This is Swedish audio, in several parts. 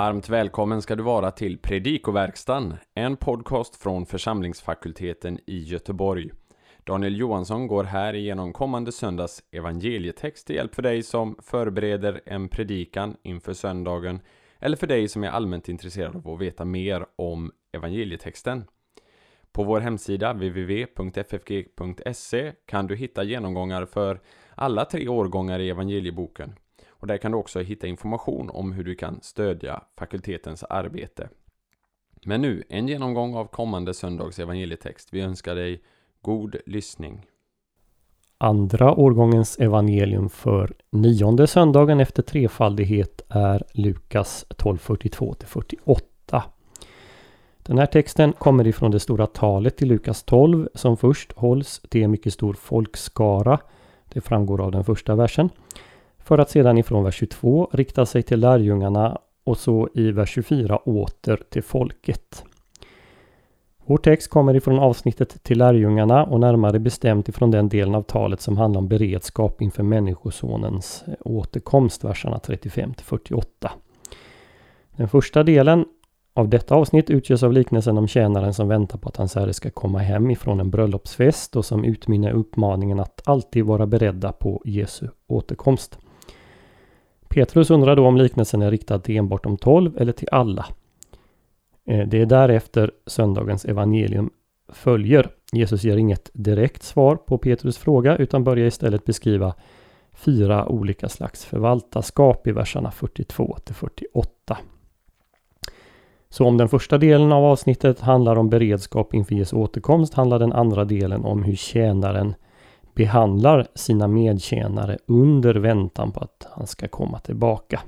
Varmt välkommen ska du vara till Predikoverkstan, en podcast från församlingsfakulteten i Göteborg. Daniel Johansson går här igenom kommande söndags evangelietext till hjälp för dig som förbereder en predikan inför söndagen eller för dig som är allmänt intresserad av att veta mer om evangelietexten. På vår hemsida www.ffg.se kan du hitta genomgångar för alla 3 årgångar i evangelieboken. Och där kan du också hitta information om hur du kan stödja fakultetens arbete. Men nu, en genomgång av kommande söndags evangelietext. Vi önskar dig god lyssning. Andra årgångens evangelium för 9:e söndagen efter trefaldighet är Lukas 12:42-48. Den här texten kommer ifrån det stora talet i Lukas 12 som först hålls till en mycket stor folkskara. Det framgår av den första versen. För att sedan ifrån vers 22 rikta sig till lärjungarna och så i vers 24 åter till folket. Vår text kommer ifrån avsnittet till lärjungarna och närmare bestämt ifrån den delen av talet som handlar om beredskap inför människosonens återkomst, verserna 35-48. Den första delen av detta avsnitt utgörs av liknelsen om tjänaren som väntar på att hans herre ska komma hem ifrån en bröllopsfest och som utmynnar uppmaningen att alltid vara beredda på Jesu återkomst. Petrus undrar då om liknelsen är riktad till enbart de 12 eller till alla. Det är därefter söndagens evangelium följer. Jesus ger inget direkt svar på Petrus fråga utan börjar istället beskriva 4 olika slags förvaltarskap i verserna 42-48. Så om den första delen av avsnittet handlar om beredskap inför Jesu återkomst handlar den andra delen om hur tjänaren behandlar sina medtjänare under väntan på att han ska komma tillbaka.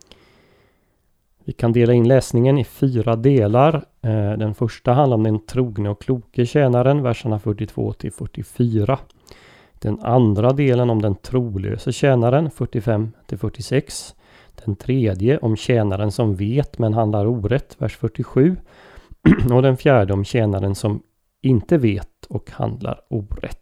Vi kan dela in läsningen i 4 delar. Den första handlar om den trogne och kloke tjänaren, verserna 42-44. Den andra delen om den trolöse tjänaren, 45-46. Den tredje om tjänaren som vet men handlar orätt, vers 47. Och den fjärde om tjänaren som inte vet och handlar orätt.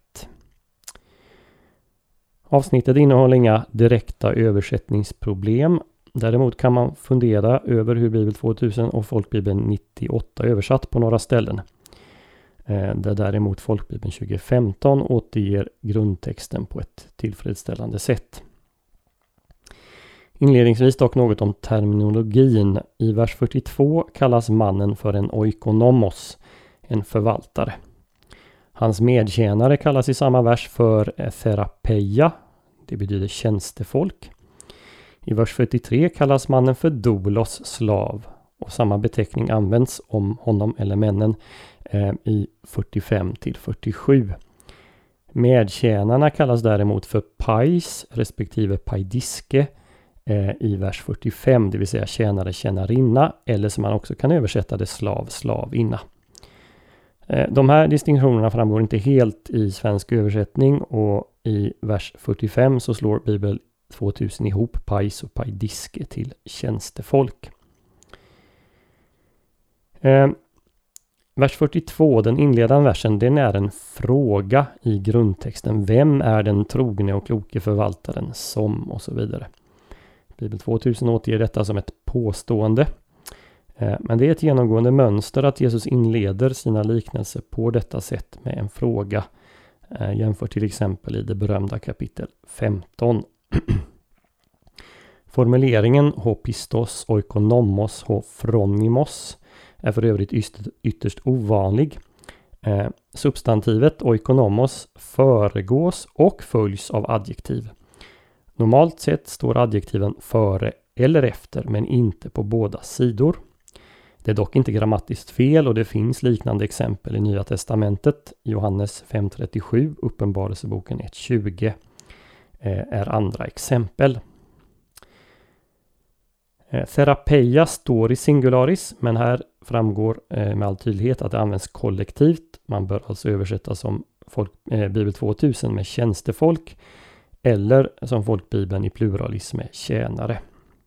Avsnittet innehåller inga direkta översättningsproblem. Däremot kan man fundera över hur Bibel 2000 och Folkbibeln 98 översatt på några ställen. Där däremot Folkbibeln 2015 återger grundtexten på ett tillfredsställande sätt. Inledningsvis dock något om terminologin. I vers 42 kallas mannen för en oikonomos, en förvaltare. Hans medtjänare kallas i samma vers för therapeia, det betyder tjänstefolk. I vers 43 kallas mannen för doulos, slav, och samma beteckning används om honom eller männen i 45-47. Medtjänarna kallas däremot för pais respektive paidiske i vers 45, det vill säga tjänare, tjänarinna, eller som man också kan översätta det slav, slavinna. De här distinktionerna framgår inte helt i svensk översättning och i vers 45 så slår Bibel 2000 ihop pais och paidiske till tjänstefolk. Vers 42, den inledande versen, den är en fråga i grundtexten. Vem är den trogne och kloke förvaltaren som och så vidare. Bibel 2000 återger detta som ett påstående. Men det är ett genomgående mönster att Jesus inleder sina liknelser på detta sätt med en fråga. Jämför till exempel i det berömda kapitel 15. Formuleringen ho pistos oikonomos ho phronimos är för övrigt ytterst ovanlig. Substantivet oikonomos föregås och följs av adjektiv. Normalt sett står adjektiven före eller efter men inte på båda sidor. Det är dock inte grammatiskt fel och det finns liknande exempel i Nya testamentet. Johannes 5:37, Uppenbarelseboken 1:20 är andra exempel. Therapeia står i singularis, men här framgår med all tydlighet att det används kollektivt. Man bör alltså översätta som Bibel 2000 med tjänstefolk eller som Folkbibeln i pluralis med tjänare.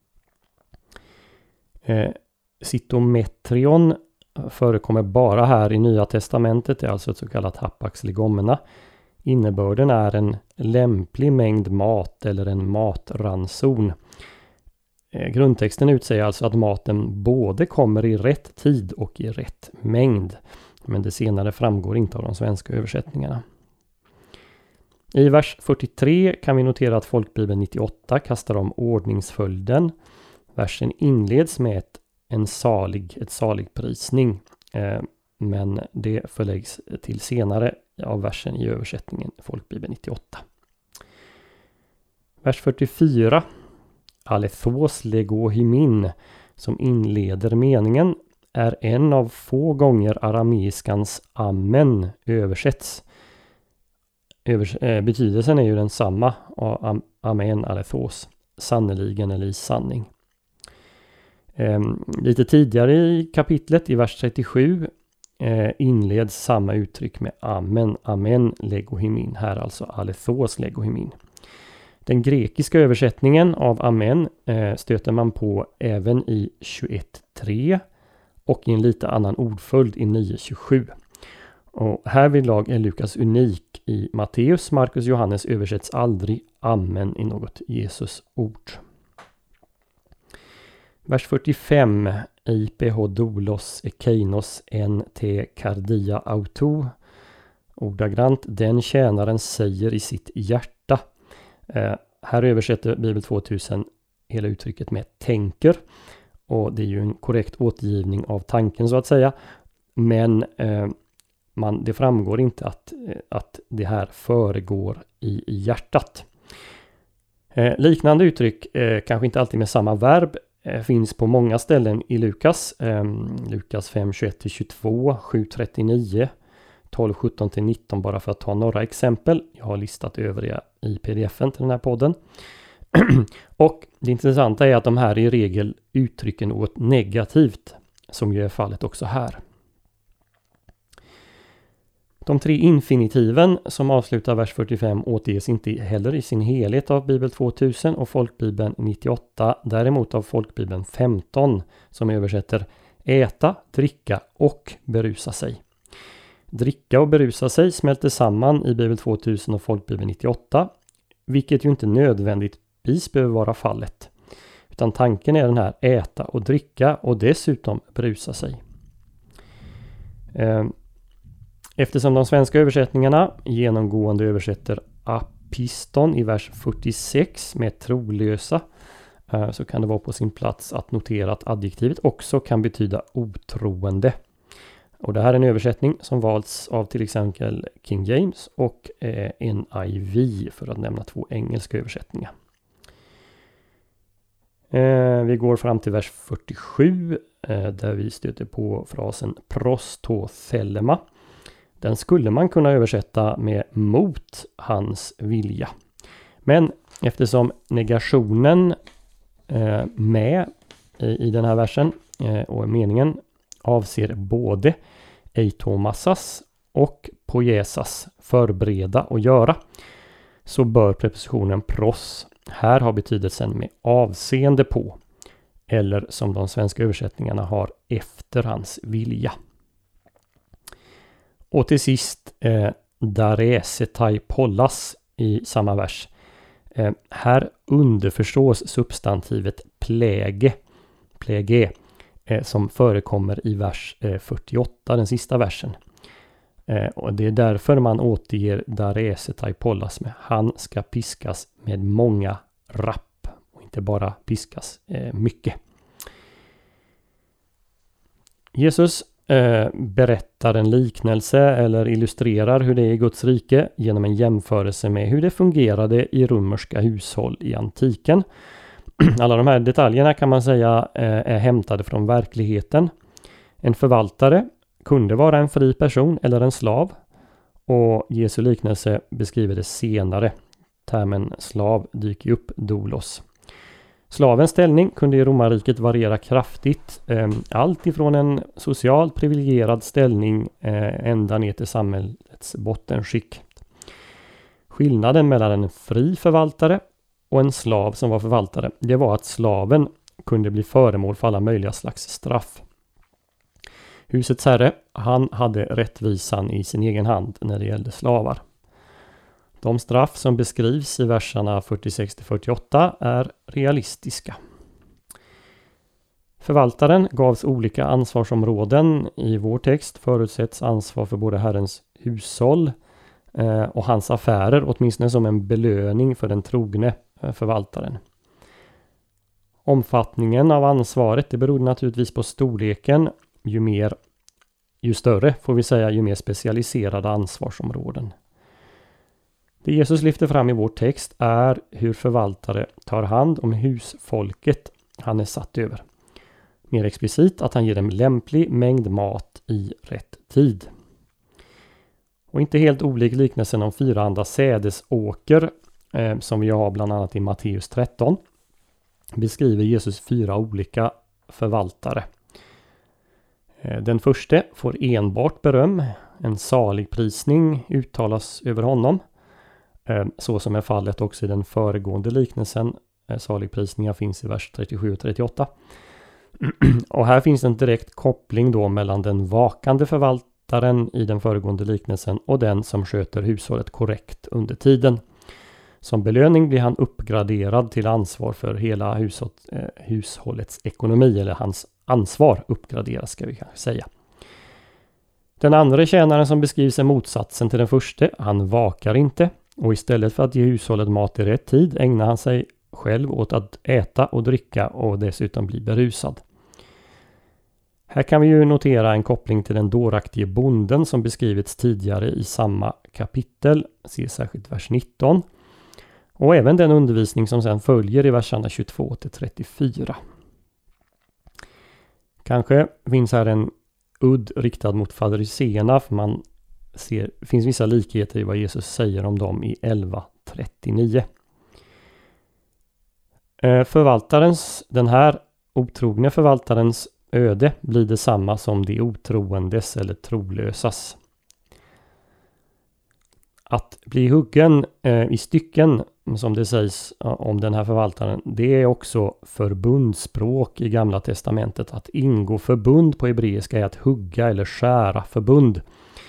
Cytometrion förekommer bara här i Nya testamentet, det är alltså ett så kallat hapax legomena. Innebörden är en lämplig mängd mat eller en matranson. Grundtexten utsäger alltså att maten både kommer i rätt tid och i rätt mängd. Men det senare framgår inte av de svenska översättningarna. I vers 43 kan vi notera att folkbibeln 98 kastar om ordningsföljden. Versen inleds med ett salig prisning. Men det förläggs till senare av versen i översättningen folkbibeln 98. Vers 44. Alethos legohimin, som inleder meningen, är en av få gånger arameiskans amen översätts. Betydelsen är ju densamma av amen alethos, sannoliken eller i sanning. Lite tidigare i kapitlet, i vers 37, inleds samma uttryck med amen legohimin, här alltså alethos legohimin. Den grekiska översättningen av amen stöter man på även i 21.3 och i en lite annan ordföljd i 9.27. Och härvidlag är Lukas unik. I Matteus, Markus, Johannes översätts aldrig amen i något Jesus ord. Vers 45. IPH doulos ekeinos en te kardia auto. Ordagrant, den tjänaren säger i sitt hjärta. Här översätter Bibel 2000 hela uttrycket med tänker. Och det är ju en korrekt återgivning av tanken så att säga. Men det framgår inte att det här föregår i hjärtat. Liknande uttryck, kanske inte alltid med samma verb, finns på många ställen i Lukas. Lukas 5, 21-22, 7:39, 12, 17-19 bara för att ta några exempel. Jag har listat övriga i pdf-en till den här podden. Och det intressanta är att de här i regel uttrycker något negativt, som ju är fallet också här. De 3 infinitiven som avslutar vers 45 återges inte heller i sin helhet av Bibel 2000 och folkbibeln 98, däremot av folkbibeln 15 som översätter äta, dricka och berusa sig. Dricka och berusa sig smälter samman i Bibel 2000 och folkbibeln 98, vilket ju inte nödvändigtvis behöver vara fallet. Utan tanken är den här äta och dricka och dessutom berusa sig. Eftersom de svenska översättningarna genomgående översätter apiston i vers 46 med trolösa, så kan det vara på sin plats att notera att adjektivet också kan betyda otroende. Och det här är en översättning som valts av till exempel King James och NIV, för att nämna 2 engelska översättningar. Vi går fram till vers 47 där vi stöter på frasen prostothelema. Den skulle man kunna översätta med mot hans vilja. Men eftersom negationen med i den här versen och meningen avser både eitomassas och poiesas, förbereda och göra, så bör prepositionen pros här ha betydelsen med avseende på, eller som de svenska översättningarna har, efter hans vilja. Och till sist daresetai pollas i samma vers. Här underförstås substantivet plege som förekommer i vers 48, den sista versen. Och det är därför man återger daresetai pollas med han ska piskas med många rapp och inte bara piskas mycket. Jesus berättar en liknelse eller illustrerar hur det är i Guds rike genom en jämförelse med hur det fungerade i romerska hushåll i antiken. Alla de här detaljerna kan man säga är hämtade från verkligheten. En förvaltare kunde vara en fri person eller en slav, och Jesu liknelse beskriver det senare. Termen slav dyker upp doulos. Slavens ställning kunde i romarriket variera kraftigt. Allt ifrån en socialt privilegierad ställning ända ner till samhällets bottenskick. Skillnaden mellan en fri förvaltare och en slav som var förvaltare, det var att slaven kunde bli föremål för alla möjliga slags straff. Husets herre, han hade rättvisan i sin egen hand när det gällde slavar. De straff som beskrivs i verserna 46-48 är realistiska. Förvaltaren gavs olika ansvarsområden. I vår text förutsätts ansvar för både Herrens hushåll och hans affärer, åtminstone som en belöning för den trogne förvaltaren. Omfattningen av ansvaret, det beror naturligtvis på storleken. Ju större, får vi säga, ju mer specialiserade ansvarsområden. Det Jesus lyfter fram i vår text är hur förvaltare tar hand om husfolket han är satt över. Mer explicit att han ger dem lämplig mängd mat i rätt tid. Och inte helt olik liknelsen om 4 sädesåker som vi har bland annat i Matteus 13 beskriver Jesus 4 olika förvaltare. Den första får enbart beröm, en salig prisning uttalas över honom. Så som är fallet också i den föregående liknelsen. Saligprisningar finns i vers 37 och 38. Och här finns en direkt koppling då mellan den vakande förvaltaren i den föregående liknelsen och den som sköter hushållet korrekt under tiden. Som belöning blir han uppgraderad till ansvar för hela hushållets ekonomi, eller hans ansvar uppgraderas ska vi kanske säga. Den andra tjänaren som beskrivs är motsatsen till den första. Han vakar inte och istället för att ge hushållet mat i rätt tid ägnar han sig själv åt att äta och dricka och dessutom bli berusad. Här kan vi ju notera en koppling till den dåraktige bonden som beskrivits tidigare i samma kapitel, se särskilt vers 19. Och även den undervisning som sedan följer i verserna 22 till 34. Kanske finns här en udd riktad mot fariséerna, för man ser, det finns vissa likheter i vad Jesus säger om dem i 11:39. Den här otrogne förvaltarens öde blir detsamma som de otroendes eller trolösas. Att bli huggen i stycken, som det sägs om den här förvaltaren, det är också förbundsspråk i Gamla testamentet. Att ingå förbund på hebreiska är att hugga eller skära förbund.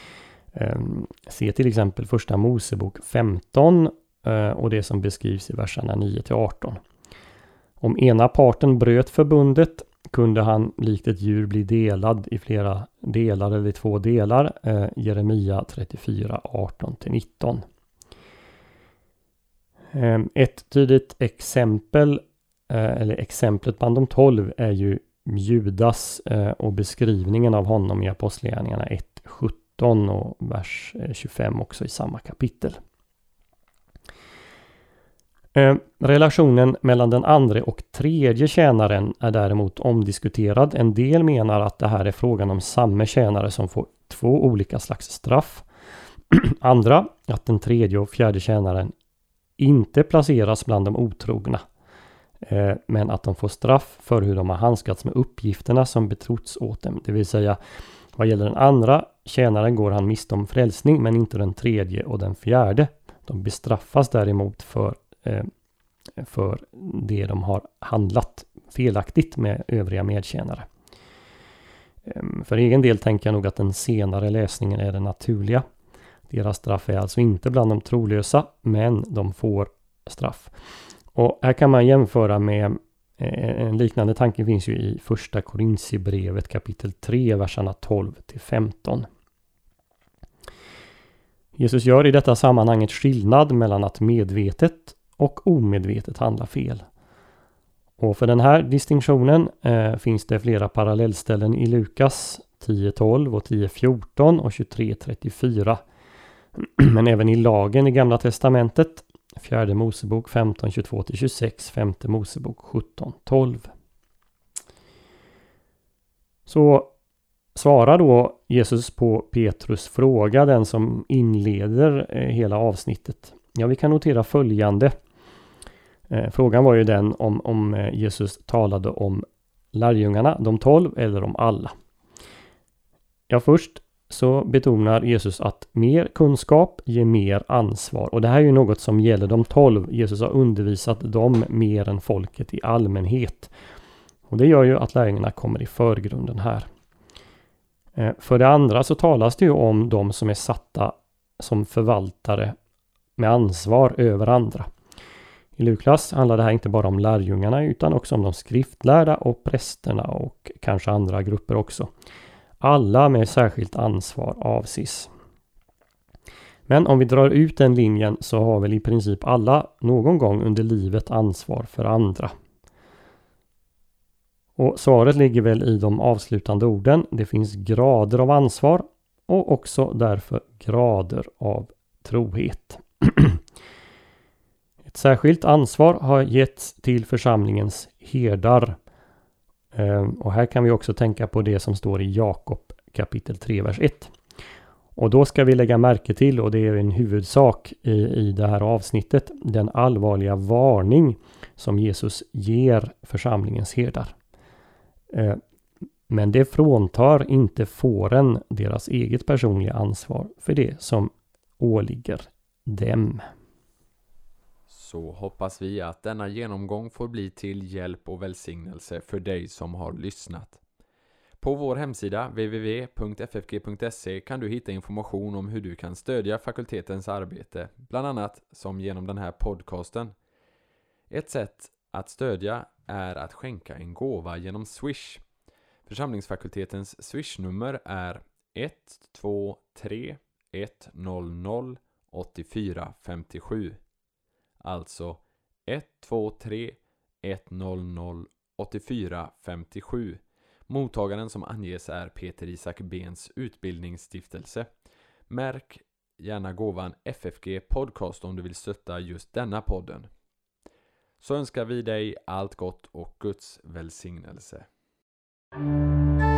Se till exempel första Mosebok 15 och det som beskrivs i verserna 9 till 18. Om ena parten bröt förbundet kunde han likt ett djur bli delad i flera delar eller i 2 delar. Jeremia 34, 18-19. Ett tydligt exempel, eller exemplet bland de 12, är ju Judas och beskrivningen av honom i Apostlagärningarna 1:17 och vers 25 också i samma kapitel. Relationen mellan den andra och tredje tjänaren är däremot omdiskuterad. En del menar att det här är frågan om samma tjänare som får 2 olika slags straff. Andra att den tredje och fjärde tjänaren inte placeras bland de otrogna, men att de får straff för hur de har handskats med uppgifterna som betrotts åt dem. Det vill säga, vad gäller den andra tjänaren går han miste om frälsning, men inte den tredje och den fjärde. De bestraffas däremot för det de har handlat felaktigt med övriga medtjänare. För egen del tänker jag nog att den senare läsningen är den naturliga. Deras straff är alltså inte bland de trolösa, men de får straff. Och här kan man jämföra med en liknande tanke finns ju i första Korintierbrevet kapitel 3, verserna 12-15. Jesus gör i detta sammanhang ett skillnad mellan att medvetet och omedvetet handla fel. Och för den här distinktionen finns det flera parallellställen i Lukas 10:12 och 10:14 och 23:34. Men även i lagen i Gamla testamentet, 4 Mosebok 15:22-26, 5 Mosebok 17:12. Så svarar då Jesus på Petrus fråga, den som inleder hela avsnittet. Ja, vi kan notera följande. Frågan var ju den om Jesus talade om lärjungarna, de 12 eller om alla. Ja, först så betonar Jesus att mer kunskap ger mer ansvar. Och det här är ju något som gäller de 12. Jesus har undervisat dem mer än folket i allmänhet. Och det gör ju att lärjungarna kommer i förgrunden här. För det andra så talas det ju om de som är satta som förvaltare med ansvar över andra. I Lukas handlar det här inte bara om lärjungarna utan också om de skriftlärda och prästerna och kanske andra grupper också. Alla med särskilt ansvar avses. Men om vi drar ut den linjen så har väl i princip alla någon gång under livet ansvar för andra. Och svaret ligger väl i de avslutande orden. Det finns grader av ansvar och också därför grader av trohet. Ett särskilt ansvar har getts till församlingens herdar. Och här kan vi också tänka på det som står i Jakob kapitel 3 vers 1. Och då ska vi lägga märke till, och det är en huvudsak i det här avsnittet, den allvarliga varning som Jesus ger församlingens herdar. Men det fråntar inte fåren deras eget personliga ansvar för det som åligger dem. Så hoppas vi att denna genomgång får bli till hjälp och välsignelse för dig som har lyssnat. På vår hemsida www.ffg.se kan du hitta information om hur du kan stödja fakultetens arbete, bland annat som genom den här podcasten. Ett sätt att stödja är att skänka en gåva genom Swish. Församlingsfakultetens Swish-nummer är 123 100 8457. Alltså 123 100 8457. Mottagaren som anges är Peter Isak Bens utbildningsstiftelse. Märk gärna gåvan FFG Podcast om du vill stötta just denna podden. Så önskar vi dig allt gott och Guds välsignelse.